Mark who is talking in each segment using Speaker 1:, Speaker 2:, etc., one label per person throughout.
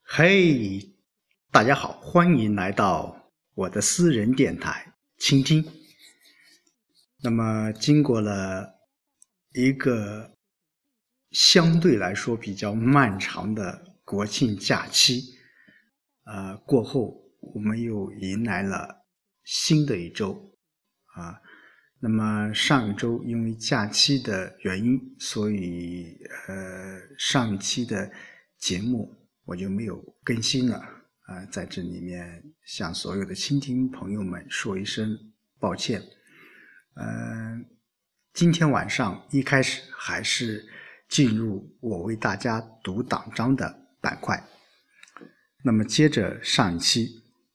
Speaker 1: 嘿，大家好，欢迎来到我的私人电台倾听。那么经过了一个相对来说比较漫长的国庆假期过后，我们又迎来了新的一周那么上一周因为假期的原因，所以上一期的节目我就没有更新了在这里面向所有的倾听朋友们说一声抱歉。今天晚上一开始还是进入我为大家读党章的板块。那么接着上一期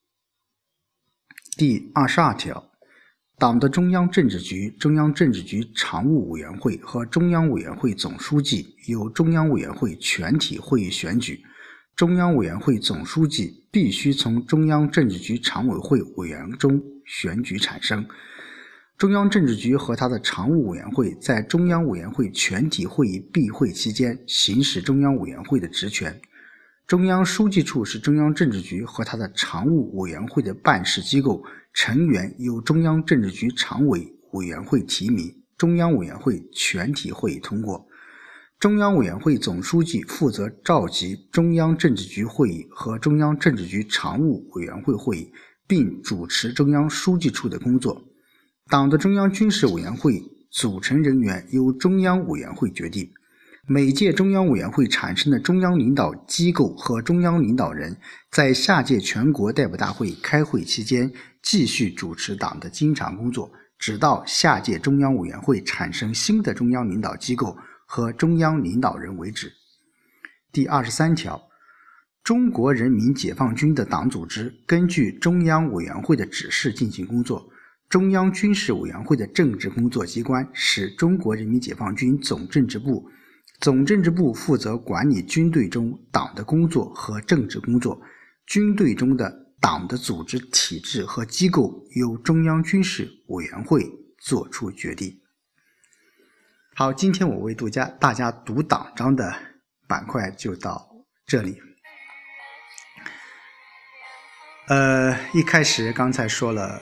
Speaker 1: 第22条，党的中央政治局、中央政治局常务委员会和中央委员会总书记由中央委员会全体会议选举，中央委员会总书记必须从中央政治局常委会委员中选举产生。中央政治局和他的常务委员会在中央委员会全体会议闭会期间行使中央委员会的职权。中央书记处是中央政治局和他的常务委员会的办事机构，成员由中央政治局常委委员会提名，中央委员会全体会议通过。中央委员会总书记负责召集中央政治局会议和中央政治局常务委员会会议，并主持中央书记处的工作。党的中央军事委员会组成人员由中央委员会决定。每届中央委员会产生的中央领导机构和中央领导人，在下届全国代表大会开会期间继续主持党的经常工作，直到下届中央委员会产生新的中央领导机构和中央领导人为止。第23条，中国人民解放军的党组织根据中央委员会的指示进行工作。中央军事委员会的政治工作机关是中国人民解放军总政治部，总政治部负责管理军队中党的工作和政治工作，军队中的党的组织体制和机构由中央军事委员会作出决定。好，今天我为大家读党章的板块就到这里。一开始刚才说了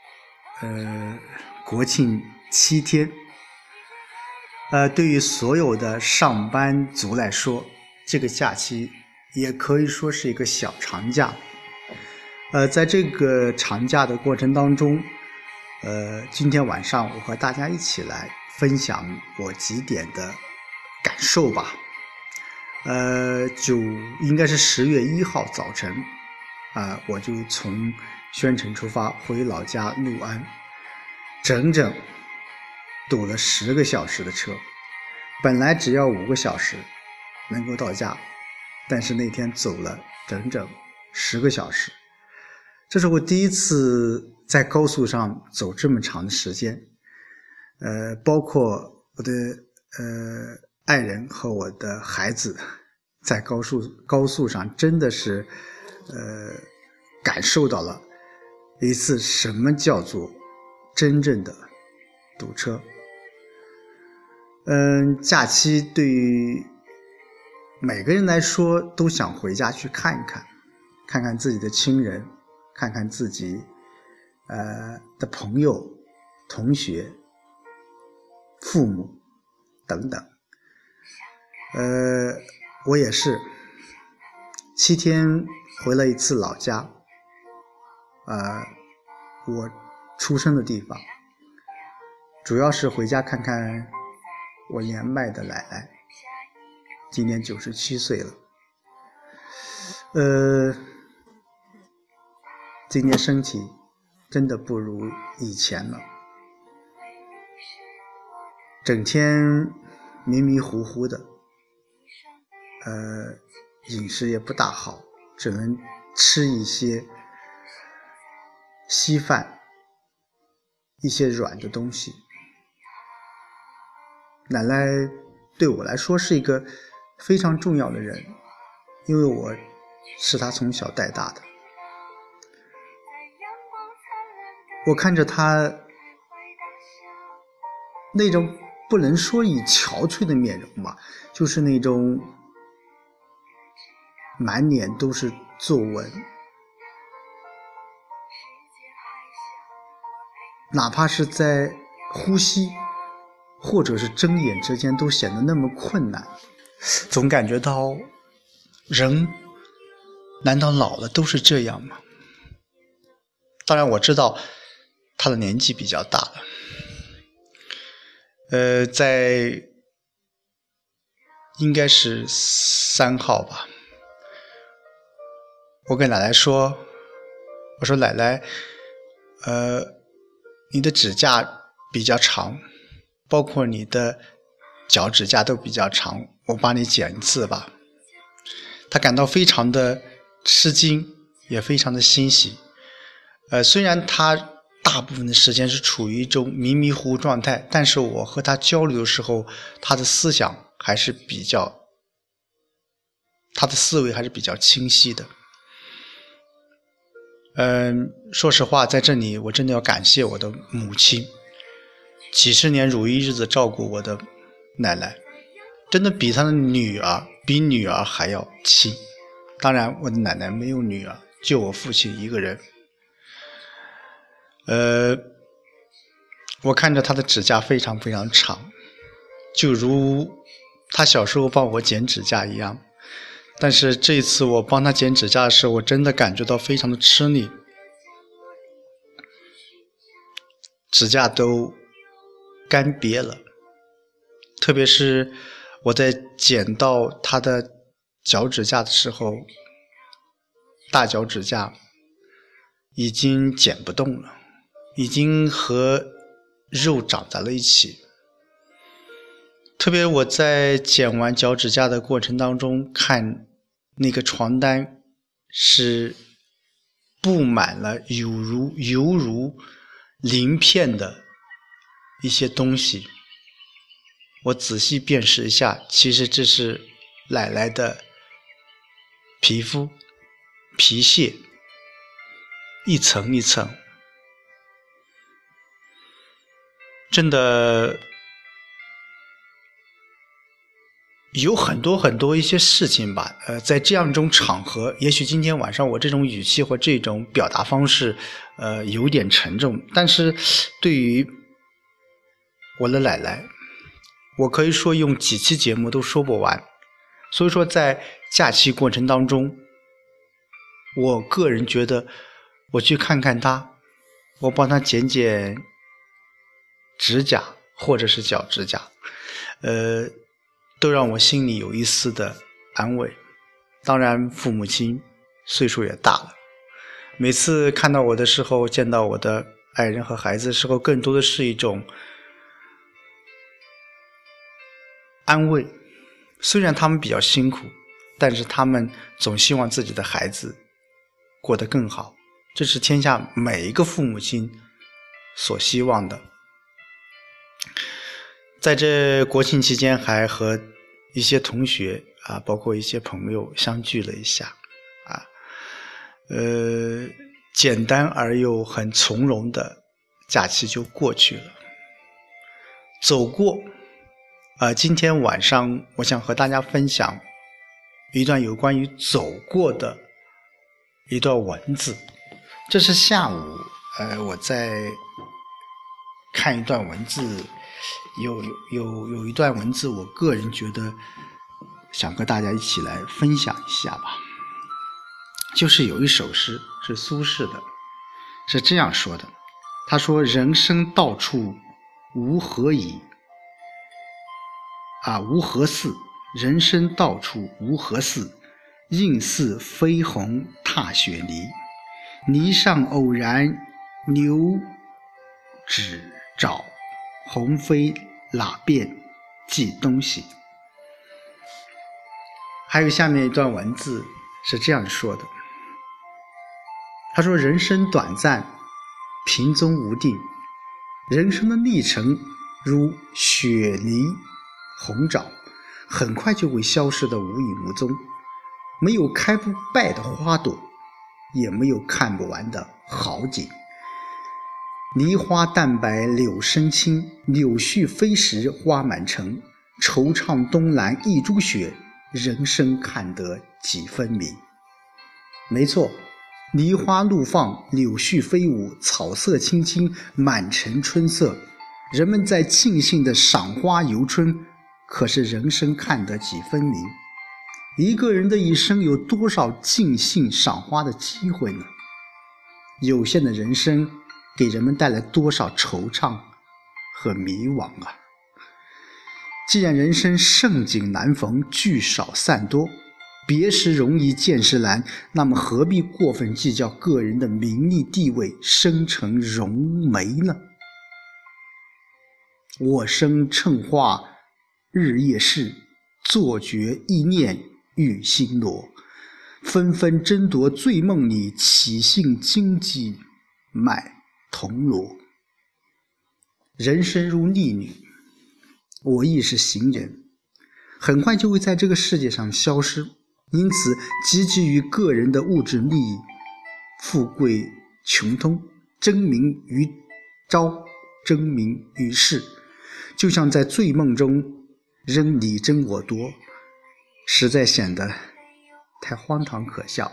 Speaker 1: 国庆7天，对于所有的上班族来说，这个假期也可以说是一个小长假。在这个长假的过程当中，今天晚上我和大家一起来分享我几点的感受吧。就应该是10月1号早晨，我就从宣城出发回老家六安，整整堵了10个小时的车。本来只要5个小时能够到家，但是那天走了整整10个小时。这是我第一次在高速上走这么长的时间。包括我的爱人和我的孩子在高速上真的是感受到了一次什么叫做真正的堵车。假期对于每个人来说都想回家去看一看，看看自己的亲人，看看自己的朋友、同学、父母等等。我也是7天回了一次老家，我出生的地方，主要是回家看看我年迈的奶奶，今年97岁了。今年身体真的不如以前了，整天迷迷糊糊的，饮食也不大好，只能吃一些稀饭，一些软的东西。奶奶对我来说是一个非常重要的人，因为我是她从小带大的。我看着她那种不能说以憔悴的面容吧，就是那种满脸都是皱纹，哪怕是在呼吸或者是睁眼之间都显得那么困难，总感觉到人难道老了都是这样吗？当然我知道他的年纪比较大了，在应该是3号吧，我跟奶奶说，我说奶奶，你的指甲比较长，包括你的脚指甲都比较长，我帮你剪一次吧。她感到非常的吃惊，也非常的欣喜。虽然她大部分的时间是处于一种迷迷糊糊状态，但是我和她交流的时候，她的思想还是比较，她的思维还是比较清晰的。说实话，在这里我真的要感谢我的母亲，几十年如一日的照顾我的奶奶，真的比她的女儿还要亲。当然我的奶奶没有女儿，就我父亲一个人。我看着她的指甲非常非常长，就如她小时候帮我剪指甲一样。但是这一次我帮她剪指甲的时候，我真的感觉到非常的吃力，指甲都干瘪了。特别是我在剪到她的脚指甲的时候，大脚指甲已经剪不动了，已经和肉长在了一起。特别我在剪完脚指甲的过程当中，看那个床单是布满了犹如鳞片的一些东西，我仔细辨识一下，其实这是奶奶的皮肤皮屑，一层一层，真的有很多一些事情吧，在这样一种场合，也许今天晚上我这种语气或这种表达方式，有点沉重，但是对于我的奶奶，我可以说用几期节目都说不完。所以说在假期过程当中，我个人觉得我去看看她，我帮她剪剪指甲或者是脚指甲，都让我心里有一丝的安慰。当然父母亲岁数也大了，每次看到我的时候，见到我的爱人和孩子的时候，更多的是一种安慰。虽然他们比较辛苦，但是他们总希望自己的孩子过得更好，这是天下每一个父母亲所希望的。在这国庆期间，还和一些同学包括一些朋友相聚了一下简单而又很从容的假期就过去了。走过今天晚上我想和大家分享一段有关于走过的一段文字。这是下午我在看一段文字，有一段文字我个人觉得想和大家一起来分享一下吧。就是有一首诗是苏轼的，是这样说的，他说人生到处无何以无何似，人生到处无何似，应似飞鸿踏雪泥，泥上偶然牛指爪，鸿飞哪便计东西。还有下面一段文字是这样说的，他说人生短暂，平踪无定，人生的历程如雪泥鸿爪，很快就会消失得无影无踪，没有开不败的花朵，也没有看不完的好景。梨花淡白柳深青，柳絮飞时花满城，惆怅东南一株雪，人生看得几分明。没错，梨花怒放，柳絮飞舞，草色青青，满城春色。人们在尽兴地赏花游春，可是人生看得几分明。一个人的一生有多少尽兴赏花的机会呢？有限的人生给人们带来多少惆怅和迷惘啊！既然人生盛景难逢，聚少散多，别时容易见时难，那么何必过分计较个人的名利地位、生辰荣美呢？我生乘化日夜事，坐觉意念欲星罗。纷纷争夺醉梦里，起兴荆棘买铜锣。人生如逆旅，我亦是行人，很快就会在这个世界上消失。因此汲汲于个人的物质利益，富贵穷通，争名于朝，争名于世，就像在醉梦中仍你争我夺，实在显得太荒唐可笑。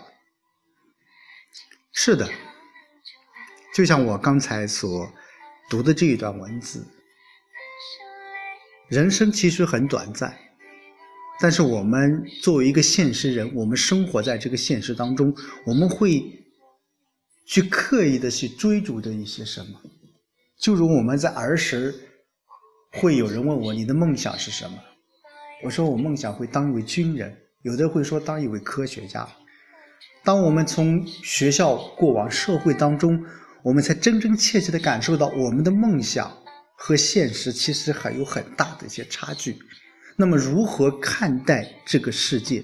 Speaker 1: 是的，就像我刚才所读的这一段文字，人生其实很短暂，但是我们作为一个现实人，我们生活在这个现实当中，我们会去刻意的去追逐的一些什么。就如我们在儿时会有人问我，你的梦想是什么？我说我梦想会当一位军人，有的会说当一位科学家。当我们从学校过往社会当中，我们才真真切切地感受到我们的梦想和现实其实还有很大的一些差距。那么如何看待这个世界？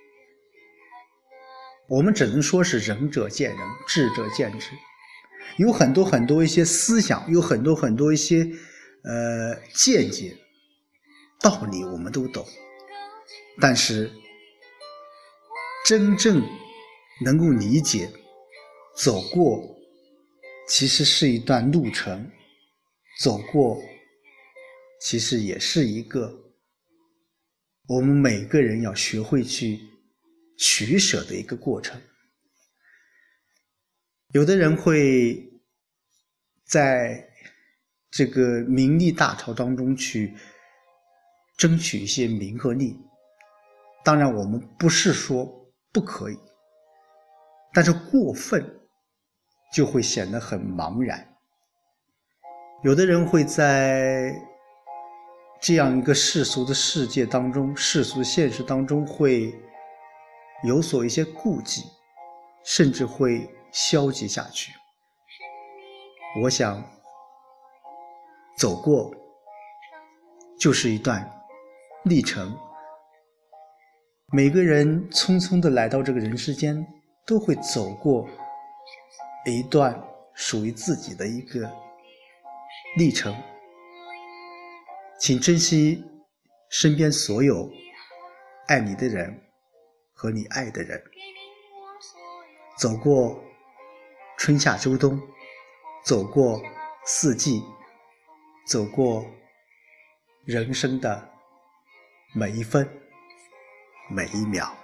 Speaker 1: 我们只能说是仁者见仁，智者见智。有很多一些思想，有很多一些见解，道理我们都懂，但是真正能够理解走过，其实是一段路程，走过其实也是一个我们每个人要学会去取舍的一个过程。有的人会在这个名利大潮当中去争取一些名和利，当然我们不是说不可以，但是过分就会显得很茫然。有的人会在这样一个世俗的世界当中，世俗的现实当中会有所一些顾忌，甚至会消极下去。我想走过就是一段历程，每个人匆匆地来到这个人世间，都会走过一段属于自己的一个历程。请珍惜身边所有爱你的人和你爱的人，走过春夏秋冬，走过四季，走过人生的每一分每一秒。